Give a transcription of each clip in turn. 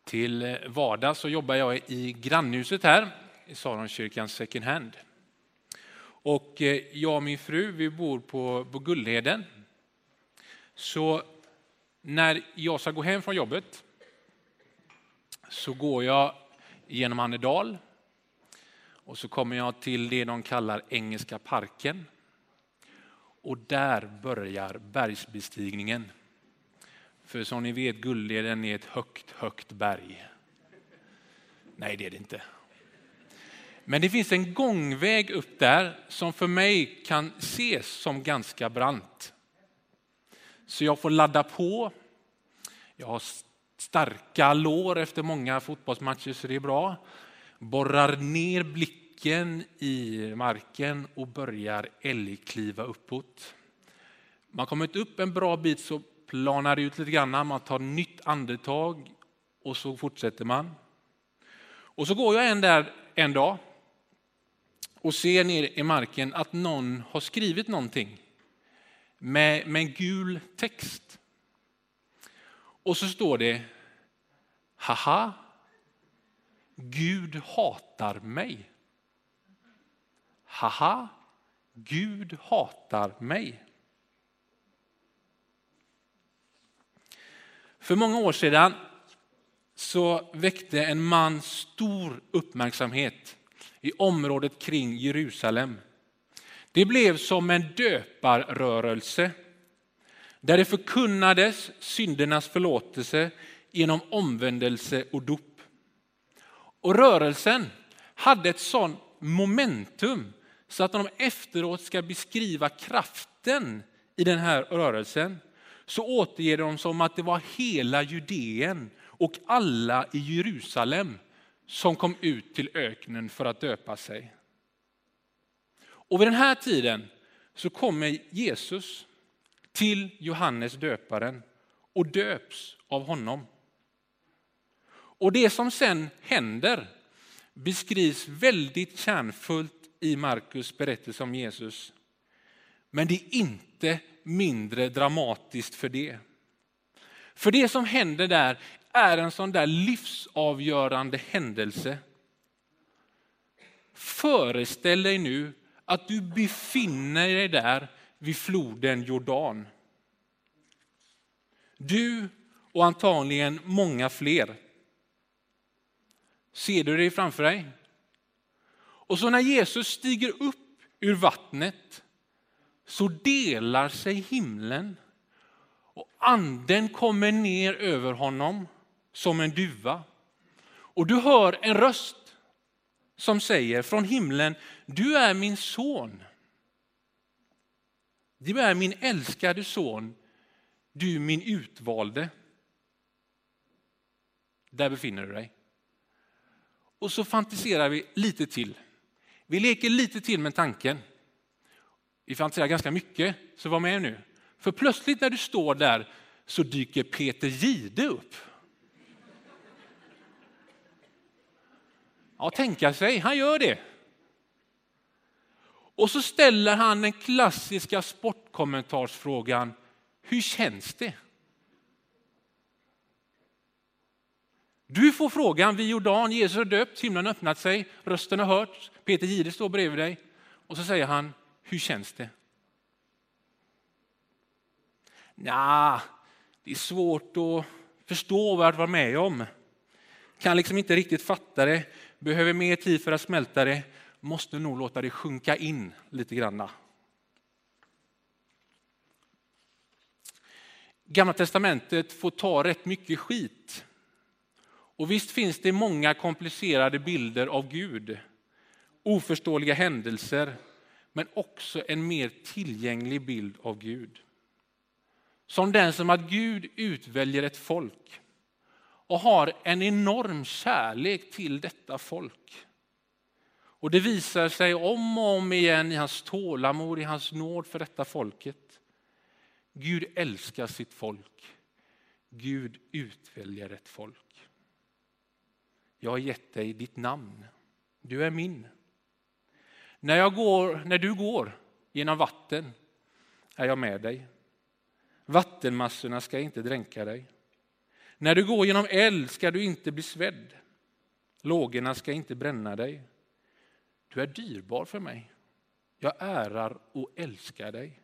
Till vardag så jobbar jag i grannhuset här i Saronkyrkans second hand. Och jag och min fru, vi bor på Gullheden. Så när jag ska gå hem från jobbet så går jag genom Annedal. Och så kommer jag till det de kallar Engelska parken. Och där börjar bergsbestigningen. För som ni vet, Gullheden är ett högt berg. Nej, det är det inte. Men det finns en gångväg upp där som för mig kan ses som ganska brant. Så jag får ladda på. Jag har starka lår efter många fotbollsmatcher så det är bra. Borrar ner blicken i marken och börjar älgkliva uppåt. Man kommer upp en bra bit så planar ut lite grann, man tar nytt andetag och så fortsätter man. Och så går jag en dag och ser ner i marken att någon har skrivit någonting med en gul text. Och så står det: haha, Gud hatar mig. Haha, Gud hatar mig. För många år sedan så väckte en man stor uppmärksamhet i området kring Jerusalem. Det blev som en döparrörelse där det förkunnades syndernas förlåtelse genom omvändelse och dop. Och rörelsen hade ett sånt momentum så att när de efteråt ska beskriva kraften i den här rörelsen så återger de som att det var hela Judeen och alla i Jerusalem som kom ut till öknen för att döpa sig. Och vid den här tiden så kommer Jesus till Johannes döparen och döps av honom. Och det som sen händer beskrivs väldigt kärnfullt i Markus berättelse om Jesus. Men det är inte mindre dramatiskt för det. För det som händer där är en sån där livsavgörande händelse. Föreställ dig nu att du befinner dig där vid floden Jordan. Du och antagligen många fler. Ser du det framför dig? Och så när Jesus stiger upp ur vattnet så delar sig himlen och anden kommer ner över honom som en duva. Och du hör en röst som säger från himlen: du är min son. Du är min älskade son. Du min utvalde. Där befinner du dig. Och så fantiserar vi lite till. Vi leker lite till med tanken. Vi fantiserar ganska mycket, så var med nu. För plötsligt när du står där så dyker Peter Gide upp. Ja, tänka sig, han gör det. Och så ställer han den klassiska sportkommentarsfrågan: hur känns det? Du får frågan vid Jordan, Jesus har döpt, himlen har öppnat sig, rösten har hörts, Peter Gide står bredvid dig. Och så säger han: hur känns det? Nja, det är svårt att förstå vad jag var med om. Kan liksom inte riktigt fatta det. Behöver mer tid för att smälta det. Måste nog låta det sjunka in lite granna. Gamla testamentet får ta rätt mycket skit. Och visst finns det många komplicerade bilder av Gud. Oförståeliga händelser. Men också en mer tillgänglig bild av Gud. Som den som att Gud utväljer ett folk. Och har en enorm kärlek till detta folk. Och det visar sig om och om igen i hans tålamod, i hans nåd för detta folket. Gud älskar sitt folk. Gud utväljer ett folk. Jag har gett dig ditt namn. Du är min. När du går genom vatten är jag med dig. Vattenmassorna ska inte dränka dig. När du går genom eld ska du inte bli svedd. Lågorna ska inte bränna dig. Du är dyrbar för mig. Jag ärar och älskar dig.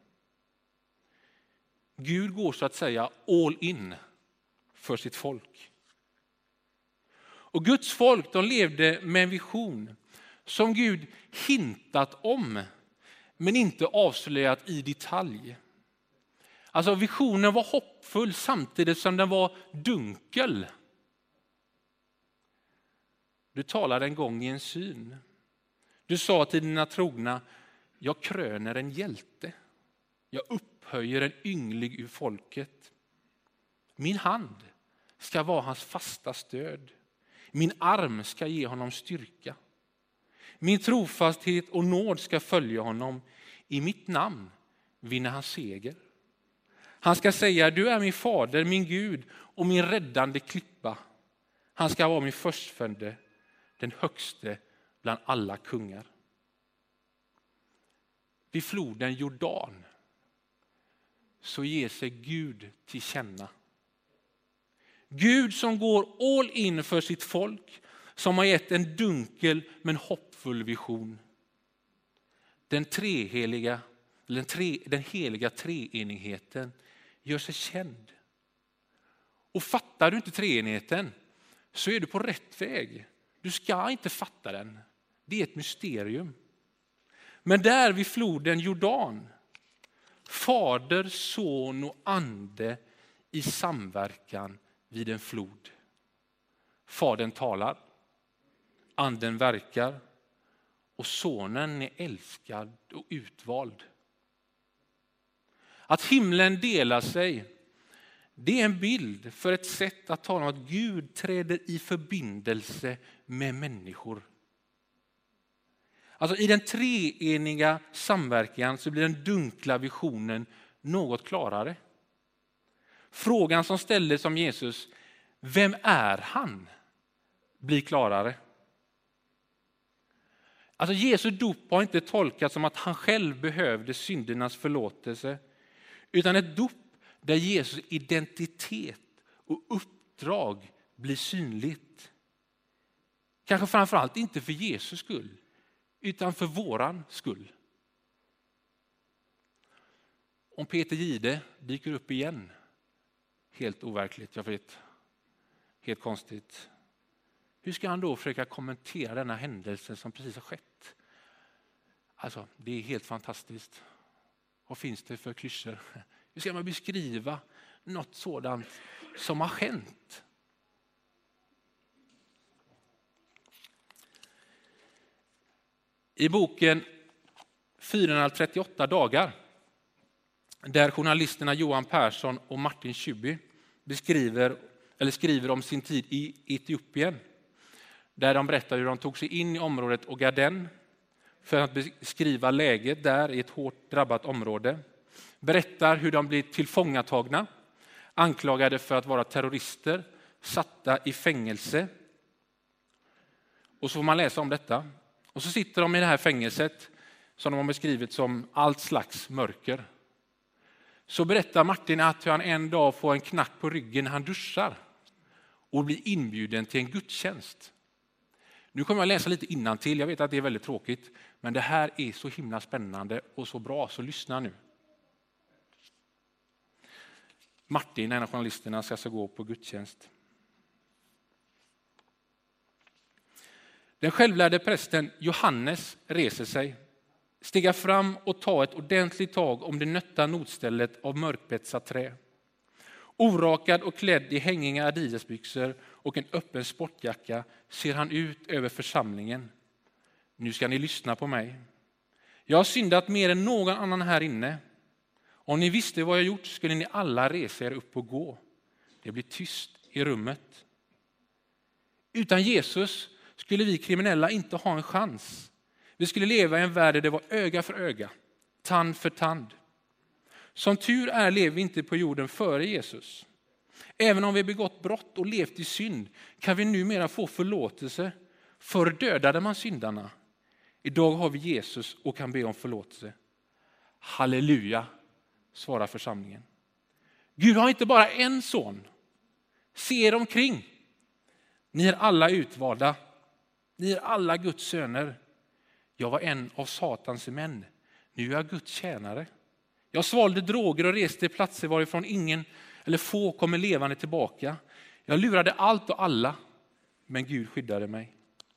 Gud går så att säga all in för sitt folk. Och Guds folk, de levde med en vision som Gud hintat om, men inte avslöjat i detalj. Alltså visionen var hoppfull samtidigt som den var dunkel. Du talade en gång i en syn. Du sa till dina trogna, jag kröner en hjälte. Jag upphöjer en ynglig ur folket. Min hand ska vara hans fasta stöd. Min arm ska ge honom styrka. Min trofasthet och nåd ska följa honom. I mitt namn vinner han seger. Han ska säga, du är min fader, min Gud och min räddande klippa. Han ska vara min förstfödde, den högste bland alla kungar. Vid floden Jordan så ger sig Gud till känna. Gud som går all in för sitt folk, som har gett en dunkel men hoppfull vision. Den heliga treenigheten gör sig känd. Och fattar du inte treenigheten så är du på rätt väg. Du ska inte fatta den. Det är ett mysterium. Men där vid floden Jordan, Fader, Son och Ande i samverkan vid en flod. Fadern talar, Anden verkar och Sonen är älskad och utvald. Att himlen delar sig, det är en bild för ett sätt att tala om att Gud träder i förbindelse med människor. Alltså i den treeniga samverkan så blir den dunkla visionen något klarare. Frågan som ställdes om Jesus, vem är han? Blir klarare. Alltså Jesu dop har inte tolkats som att han själv behövde syndernas förlåtelse, utan ett dop där Jesus identitet och uppdrag blir synligt. Kanske framförallt inte för Jesus skull, utan för våran skull. Om Peter Gide dyker upp igen, helt overkligt, jag vet, helt konstigt. Hur ska han då försöka kommentera denna händelse som precis har skett? Alltså, det är helt fantastiskt. Vad finns det för klyschor? Hur ska man beskriva något sådant som har hänt? I boken 438 dagar, där journalisterna Johan Persson och Martin Schibbye skriver om sin tid i Etiopien, där de berättar hur de tog sig in i området Ogaden för att beskriva läget där i ett hårt drabbat område. Berättar hur de blir tillfångatagna, anklagade för att vara terrorister, satta i fängelse. Och så får man läsa om detta. Och så sitter de i det här fängelset som de har beskrivit som allt slags mörker. Så berättar Martin att han en dag får en knack på ryggen när han duschar och blir inbjuden till en gudstjänst. Nu kommer jag läsa lite innantill. Jag vet att det är väldigt tråkigt, men det här är så himla spännande och så bra, så lyssna nu. Martin, en av journalisterna, ska alltså gå på gudstjänst. Den självlärde prästen Johannes reser sig, stiger fram och tar ett ordentligt tag om det nötta notstället av mörkbetsat trä. Orakad och klädd i hängiga adidasbyxor och en öppen sportjacka ser han ut över församlingen. Nu ska ni lyssna på mig. Jag har syndat mer än någon annan här inne. Om ni visste vad jag gjort skulle ni alla resa er upp och gå. Det blir tyst i rummet. Utan Jesus skulle vi kriminella inte ha en chans. Vi skulle leva i en värld där det var öga för öga, tand för tand. Som tur är lever vi inte på jorden före Jesus. Även om vi begått brott och levt i synd kan vi numera få förlåtelse. Förr dödade man syndarna. Idag har vi Jesus och kan be om förlåtelse. Halleluja, svarar församlingen. Gud har inte bara en son. Se er omkring. Ni är alla utvalda. Ni är alla Guds söner. Jag var en av Satans män. Nu är jag Guds tjänare. Jag svalde droger och reste till platser varifrån ingen eller få kommer levande tillbaka. Jag lurade allt och alla, men Gud skyddade mig.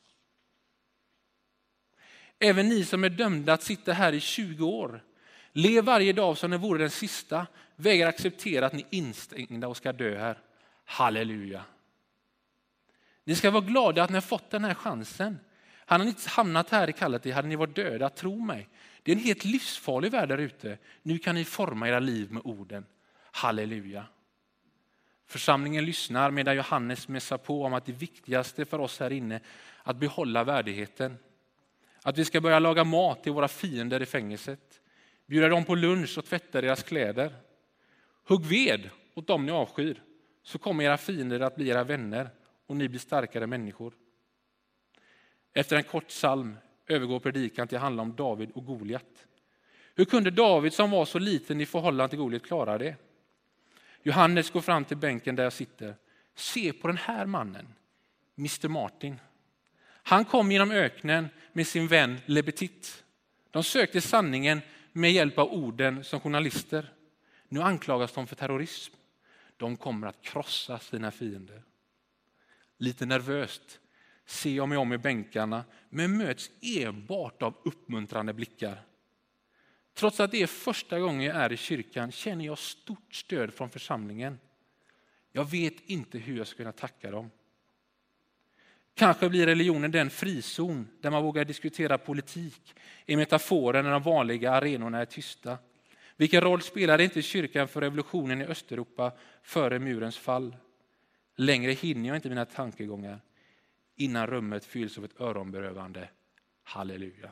Även ni som är dömda att sitta här i 20 år, lev varje dag som det vore den sista, vägrar acceptera att ni är instängda och ska dö här. Halleluja. Ni ska vara glada att ni har fått den här chansen. Hade ni inte hamnat här i kallet, hade ni varit döda, tro mig. Det är en helt livsfarlig värld där ute. Nu kan ni forma era liv med orden. Halleluja. Församlingen lyssnar medan Johannes mässar på om att det viktigaste för oss här inne är att behålla värdigheten. Att vi ska börja laga mat till våra fiender i fängelset. Bjuda dem på lunch och tvätta deras kläder. Hugg ved åt dem ni avskyr, så kommer era fiender att bli era vänner och ni blir starkare människor. Efter en kort psalm övergår predikan till att handla om David och Goliat. Hur kunde David som var så liten i förhållande till Goliat klara det? Johannes går fram till bänken där jag sitter. Se på den här mannen, Mr. Martin. Han kom genom öknen med sin vän Lebetit. De sökte sanningen med hjälp av orden som journalister. Nu anklagas de för terrorism. De kommer att krossa sina fiender. Lite nervöst ser jag mig om i bänkarna, men möts enbart av uppmuntrande blickar. Trots att det är första gången jag är i kyrkan känner jag stort stöd från församlingen. Jag vet inte hur jag ska kunna tacka dem. Kanske blir religionen den frizon där man vågar diskutera politik i metaforen när de vanliga arenorna är tysta. Vilken roll spelade inte kyrkan för revolutionen i Östeuropa före murens fall? Längre hinner jag inte mina tankegångar innan rummet fylls av ett öronberövande halleluja.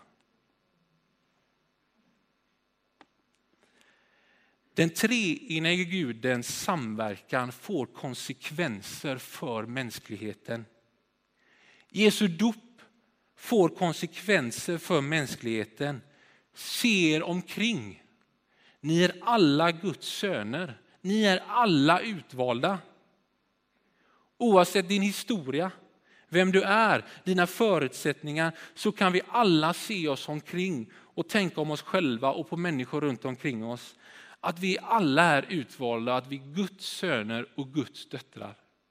Den treenige Gudens samverkan får konsekvenser för mänskligheten. Jesu dop får konsekvenser för mänskligheten. Se er omkring. Ni är alla Guds söner. Ni är alla utvalda. Oavsett din historia, vem du är, dina förutsättningar, så kan vi alla se oss omkring och tänka om oss själva och på människor runt omkring oss. Att vi alla är utvalda, att vi är Guds söner och Guds döttrar.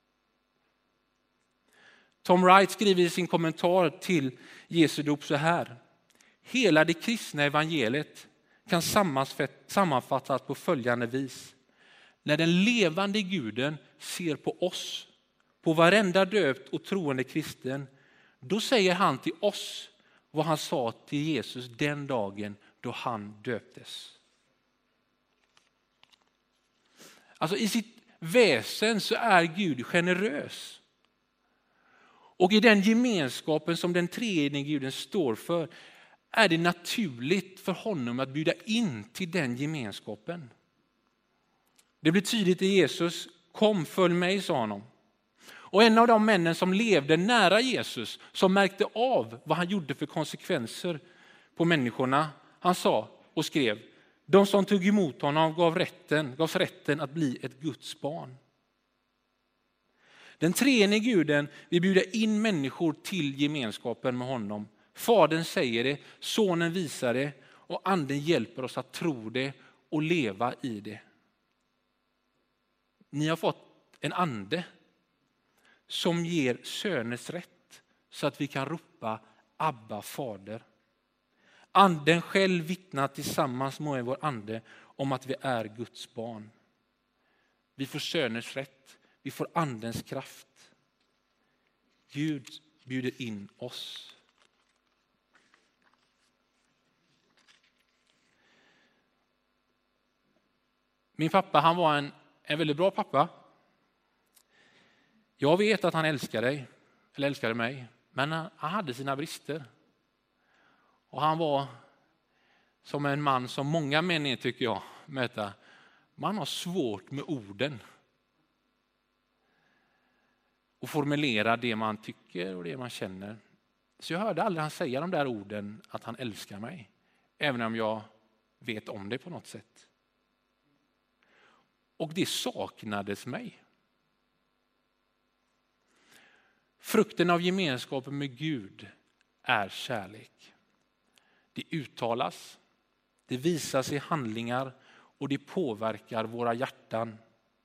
Tom Wright skriver i sin kommentar till Jesu dop så här. Hela det kristna evangeliet kan sammanfattas på följande vis. När den levande Guden ser på oss, på varenda döpt och troende kristen, då säger han till oss vad han sa till Jesus den dagen då han döptes. Alltså i sitt väsen så är Gud generös. Och i den gemenskapen som den treenige Guden står för är det naturligt för honom att bjuda in till den gemenskapen. Det blir tydligt i Jesus, kom följ mig, sa honom. Och en av de männen som levde nära Jesus, som märkte av vad han gjorde för konsekvenser på människorna, han sa och skrev, de som tog emot honom gavs rätten att bli ett Guds barn. Den treenige Guden vill bjuda in människor till gemenskapen med honom. Fadern säger det, sonen visar det och anden hjälper oss att tro det och leva i det. Ni har fått en ande som ger söners rätt så att vi kan ropa Abba fader. Anden själv vittnar tillsammans med vår ande om att vi är Guds barn. Vi får söners rätt, vi får andens kraft. Gud bjuder in oss. Min pappa, han var en väldigt bra pappa. Jag vet att han älskade mig, men han hade sina brister. Och han var som en man som många män är, tycker jag, möta. Man har svårt med orden. Och formulera det man tycker och det man känner. Så jag hörde aldrig han säga de där orden att han älskar mig. Även om jag vet om det på något sätt. Och det saknades mig. Frukten av gemenskapen med Gud är kärlek. Det uttalas, det visas i handlingar och det påverkar våra hjärtan.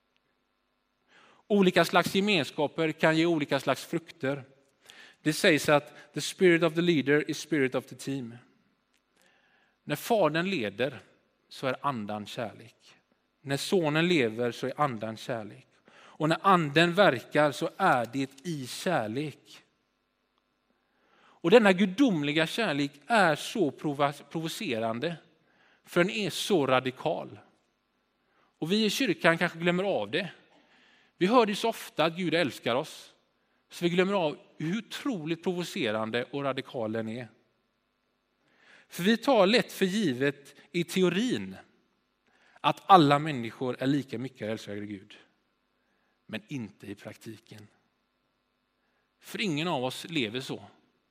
Olika slags gemenskaper kan ge olika slags frukter. Det sägs att the spirit of the leader is spirit of the team. När fadern leder så är andan kärlek. När sonen lever så är andan kärlek. Och när anden verkar så är det i kärlek. Och denna gudomliga kärlek är så provocerande, för den är så radikal. Och vi i kyrkan kanske glömmer av det. Vi hör det så ofta att Gud älskar oss, så vi glömmer av hur otroligt provocerande och radikal den är. För vi tar lätt för givet i teorin att alla människor är lika mycket älskade av Gud. Men inte i praktiken. För ingen av oss lever så.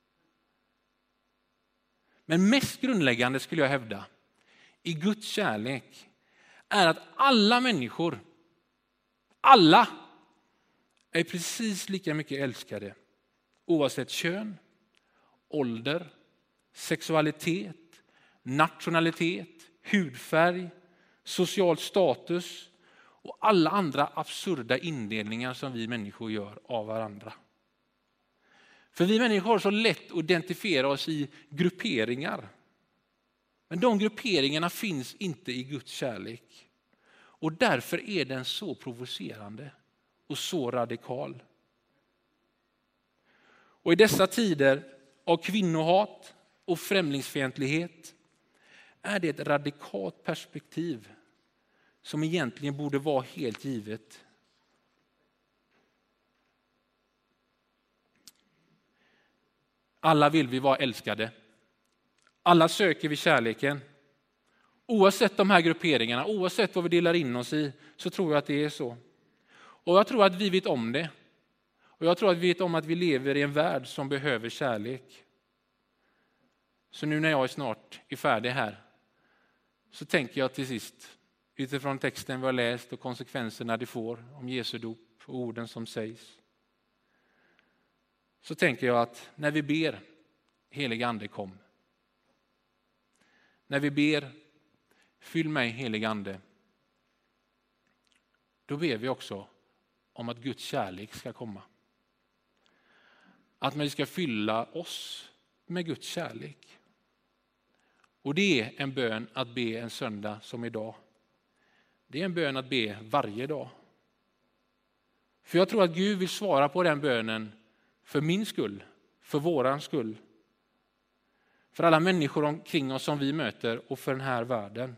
Men mest grundläggande skulle jag hävda i Guds kärlek är att alla människor, alla är precis lika mycket älskade. Oavsett kön, ålder, sexualitet, nationalitet, hudfärg, social status och alla andra absurda indelningar som vi människor gör av varandra. För vi människor har så lätt att identifiera oss i grupperingar. Men de grupperingarna finns inte i Guds kärlek. Och därför är den så provocerande och så radikal. Och i dessa tider av kvinnohat och främlingsfientlighet är det ett radikalt perspektiv som egentligen borde vara helt givet. Alla vill vi vara älskade. Alla söker vi kärleken. Oavsett de här grupperingarna, oavsett vad vi delar in oss i, så tror jag att det är så. Och jag tror att vi vet om det. Och jag tror att vi vet om att vi lever i en värld som behöver kärlek. Så nu när jag snart är färdig här, så tänker jag till sist, utifrån texten vi har läst och konsekvenserna det får om Jesu dop och orden som sägs, så tänker jag att när vi ber helig ande kom, när vi ber fyll mig helig ande, då ber vi också om att Guds kärlek ska komma. Att vi ska fylla oss med Guds kärlek. Och det är en bön att be en söndag som idag. Det är en bön att be varje dag. För jag tror att Gud vill svara på den bönen för min skull, för våran skull. För alla människor omkring oss som vi möter och för den här världen.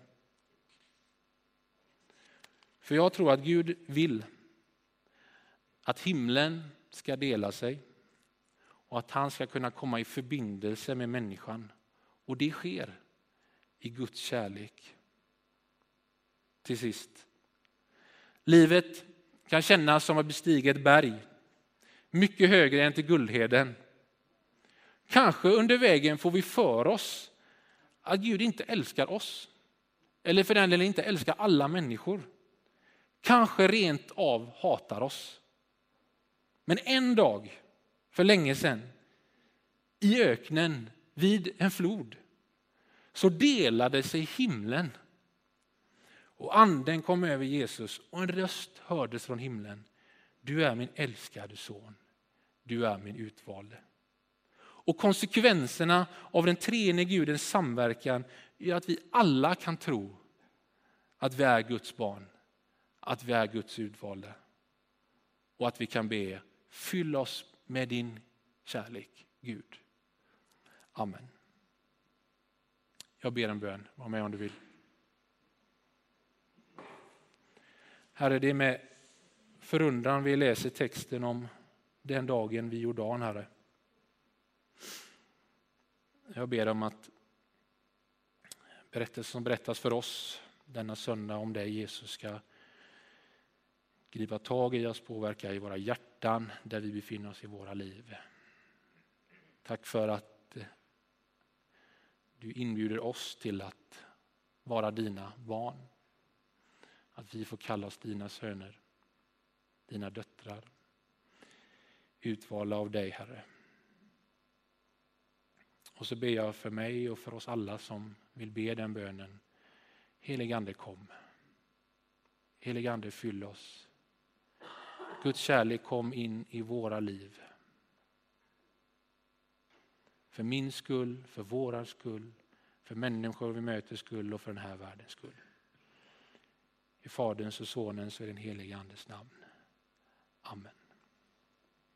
För jag tror att Gud vill att himlen ska dela sig och att han ska kunna komma i förbindelse med människan. Och det sker i Guds kärlek. Till sist. Livet kan kännas som att bestiga ett berg. Mycket högre än till Guldheden. Kanske under vägen får vi för oss att Gud inte älskar oss. Eller för den delen inte älskar alla människor. Kanske rent av hatar oss. Men en dag, för länge sedan, i öknen vid en flod, så delade sig himlen. Och anden kom över Jesus och en röst hördes från himlen. Du är min älskade son. Du är min utvalde. Och konsekvenserna av den treenige Gudens samverkan är att vi alla kan tro att vi är Guds barn. Att vi är Guds utvalde. Och att vi kan be, fyll oss med din kärlek, Gud. Amen. Jag ber en bön, var med om du vill. Herre, det är med förundran vi läser texten om den dagen vid Jordan, Herre. Jag ber om att berättelsen som berättas för oss denna söndag om dig, Jesus, ska gripa tag i oss, påverka i våra hjärtan där vi befinner oss i våra liv. Tack för att du inbjuder oss till att vara dina barn. Att vi får kalla oss dina söner, dina döttrar. utvalda av dig, Herre. Och så ber jag för mig och för oss alla som vill be den bönen. Helige Ande, kom. Helige Ande, fyll oss. Guds kärlek, kom in i våra liv. För min skull, för våra skull, för människor vi möter skull och för den här världens skull. I Faderns och Sonens och den helige Andes namn. Amen.